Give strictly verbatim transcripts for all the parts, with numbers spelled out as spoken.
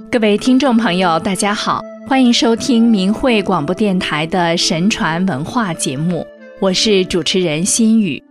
各位听众朋友，大家好，欢迎收听明慧广播电台的神传文化节目，我是主持人心雨。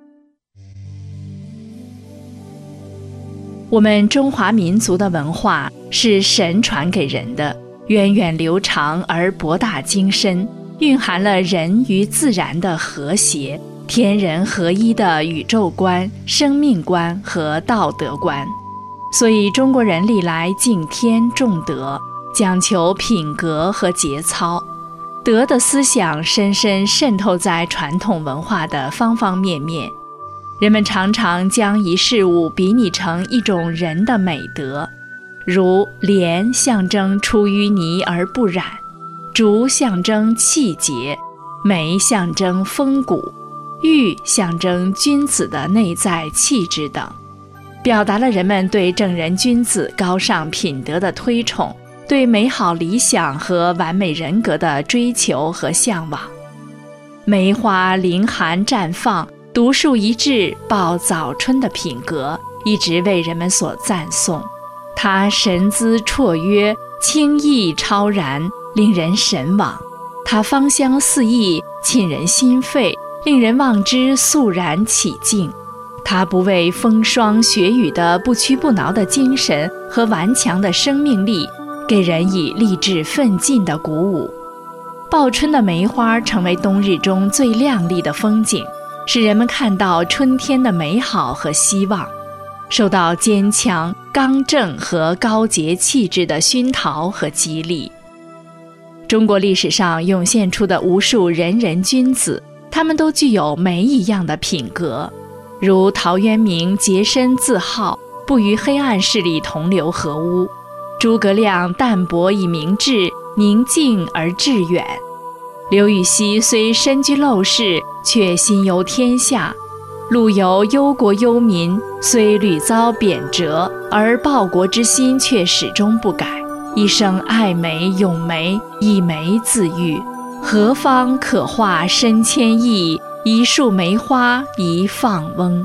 我们中华民族的文化是神传给人的，源远流长而博大精深，蕴含了人与自然的和谐、天人合一的宇宙观、生命观和道德观。所以中国人历来敬天重德，讲求品格和节操，德的思想深深渗透在传统文化的方方面面。人们常常将一事物比拟成一种人的美德，如莲象征出淤泥而不染，竹象征气节，梅象征风骨，玉象征君子的内在气质等，表达了人们对正人君子高尚品德的推崇，对美好理想和完美人格的追求和向往。梅花凌寒绽放，独树一帜报早春的品格一直为人们所赞颂。它神姿绰约，清逸超然，令人神往。它芳香四溢，沁人心肺，令人望之肃然起敬。它不畏风霜雪雨的不屈不挠的精神和顽强的生命力，给人以励志奋进的鼓舞。报春的梅花成为冬日中最亮丽的风景，使人们看到春天的美好和希望，受到坚强、刚正和高洁气质的熏陶和激励。中国历史上涌现出的无数仁人君子，他们都具有梅一样的品格，如陶渊明洁身自好，不与黑暗势力同流合污；诸葛亮淡泊以明志，宁静而致远；刘禹锡虽身居陋室，却心忧天下；陆游忧国忧民，虽屡遭贬谪，而报国之心却始终不改，一生爱梅咏梅，以梅自喻。何方可化身千亿，一树梅花一放翁。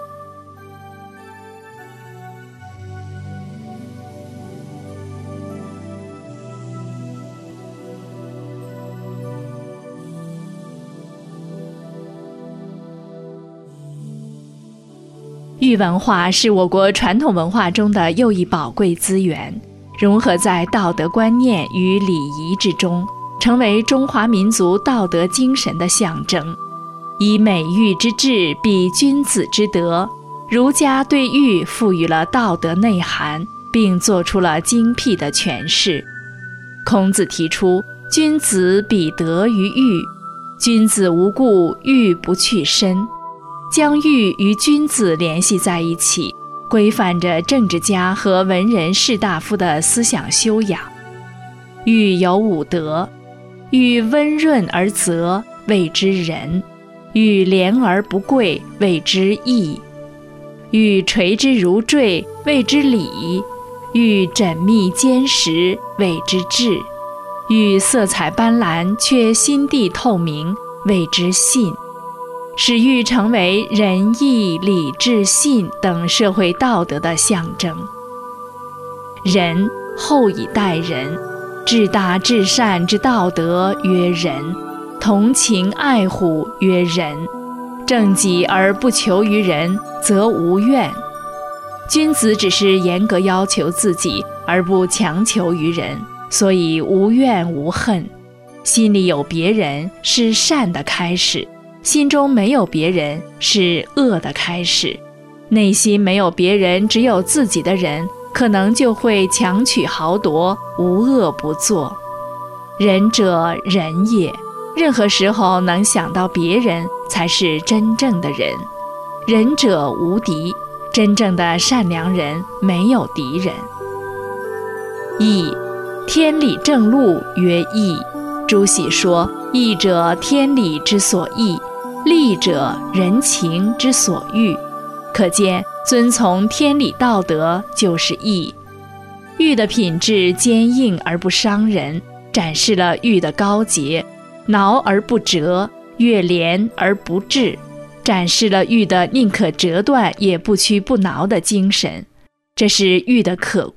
玉文化是我国传统文化中的又一宝贵资源，融合在道德观念与礼仪之中，成为中华民族道德精神的象征。以美玉之志比君子之德，儒家对玉赋予了道德内涵，并做出了精辟的诠释。孔子提出君子比德于玉，君子无故，玉不去身，将玉与君子联系在一起，规范着政治家和文人士大夫的思想修养。玉有五德：玉温润而泽，谓之仁；玉廉而不贵，谓之义；玉垂之如坠，谓之礼；玉缜密坚实，谓之智；玉色彩斑斓却心地透明，谓之信。使玉成为仁义礼智信等社会道德的象征。仁，厚以待人，至大至善之道德曰仁，同情爱护曰仁，正己而不求于人，则无怨。君子只是严格要求自己，而不强求于人，所以无怨无恨。心里有别人是善的开始，心中没有别人是恶的开始。内心没有别人，只有自己的人，可能就会强取豪夺，无恶不作。仁者仁也，任何时候能想到别人，才是真正的人。仁者无敌，真正的善良人没有敌人。义，天理正路曰义。朱熹说：义者，天理之所义；利者，人情之所欲。可见遵从天理道德就是义。玉的品质坚硬而不伤人，展示了玉的高洁；挠而不折，越廉而不滞，展示了玉的宁可折断也不屈不挠的精神。这是玉的可贵，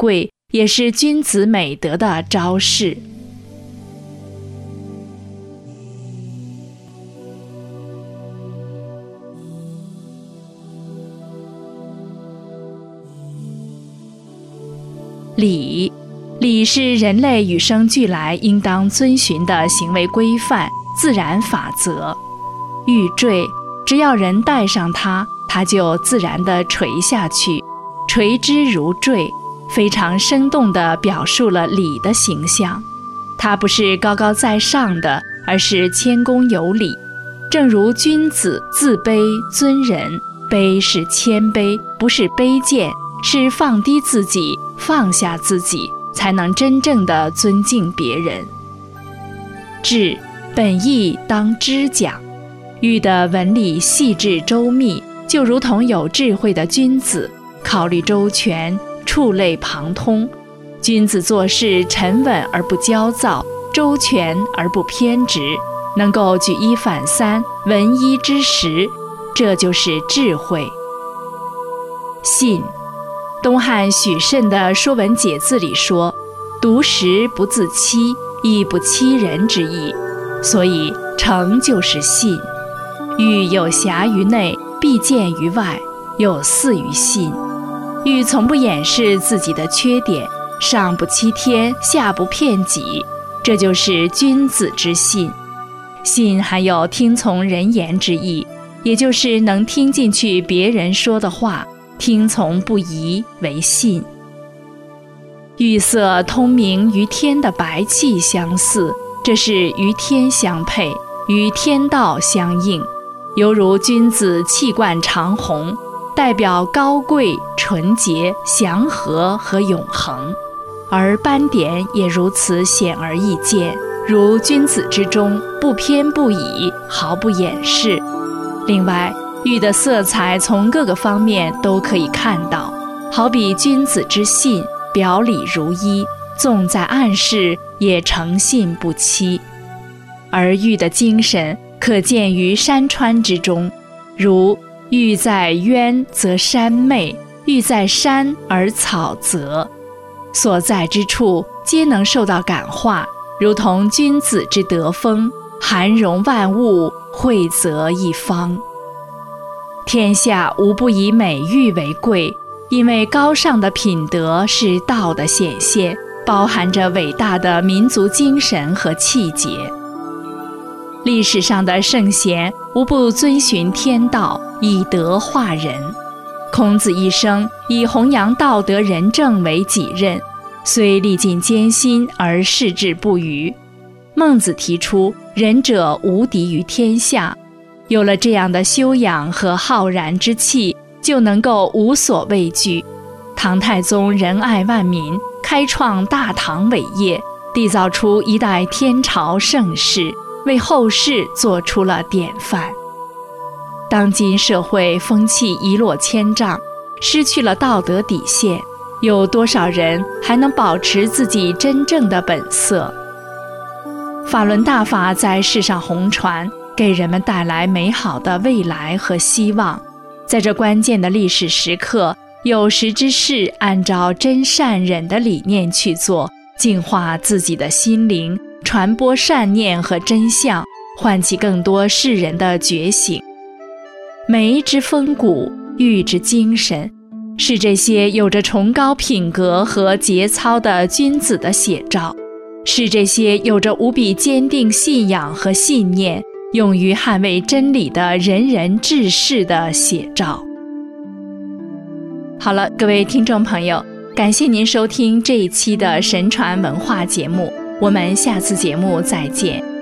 也是君子美德的昭示。礼，礼是人类与生俱来应当遵循的行为规范、自然法则。玉坠，只要人戴上它，它就自然地垂下去，垂之如坠，非常生动地表述了礼的形象。它不是高高在上的，而是谦恭有礼。正如君子自卑尊人，卑是谦卑，不是卑贱，是放低自己，放下自己，才能真正地尊敬别人。智，本意当知讲。玉的纹理细致周密，就如同有智慧的君子，考虑周全，触类旁通。君子做事沉稳而不焦躁，周全而不偏执，能够举一反三，闻一知十，这就是智慧。信，东汉许慎的《说文解字》里说，独食不自欺，亦不欺人之意，所以诚就是信。玉有瑕于内，必见于外，有似于信。玉从不掩饰自己的缺点，上不欺天，下不骗己，这就是君子之信。信还有听从人言之意，也就是能听进去别人说的话，听从不疑为信。玉色通明与天的白气相似，这是与天相配，与天道相应，犹如君子气贯长虹，代表高贵、纯洁、祥和和永恒。而斑点也如此显而易见，如君子之中，不偏不倚，毫不掩饰。另外，玉的色彩从各个方面都可以看到，好比君子之信，表里如一，纵在暗室也诚信不欺。而玉的精神可见于山川之中，如玉在渊则山媚，玉在山而草泽，所在之处皆能受到感化，如同君子之德风，涵容万物，惠泽一方。天下无不以美玉为贵，因为高尚的品德是道的显现，包含着伟大的民族精神和气节。历史上的圣贤无不遵循天道，以德化人。孔子一生以弘扬道德仁政为己任，虽历尽艰辛而矢志不渝。孟子提出仁者无敌于天下，有了这样的修养和浩然之气，就能够无所畏惧。唐太宗仁爱万民，开创大唐伟业，缔造出一代天朝盛世，为后世做出了典范。当今社会风气一落千丈，失去了道德底线，有多少人还能保持自己真正的本色？法轮大法在世上红传，给人们带来美好的未来和希望。在这关键的历史时刻，有识之士按照真善忍的理念去做，净化自己的心灵，传播善念和真相，唤起更多世人的觉醒。梅之风骨，玉之精神，是这些有着崇高品格和节操的君子的写照，是这些有着无比坚定信仰和信念，勇于捍卫真理的仁人志士的写照。好了，各位听众朋友，感谢您收听这一期的神传文化节目，我们下次节目再见。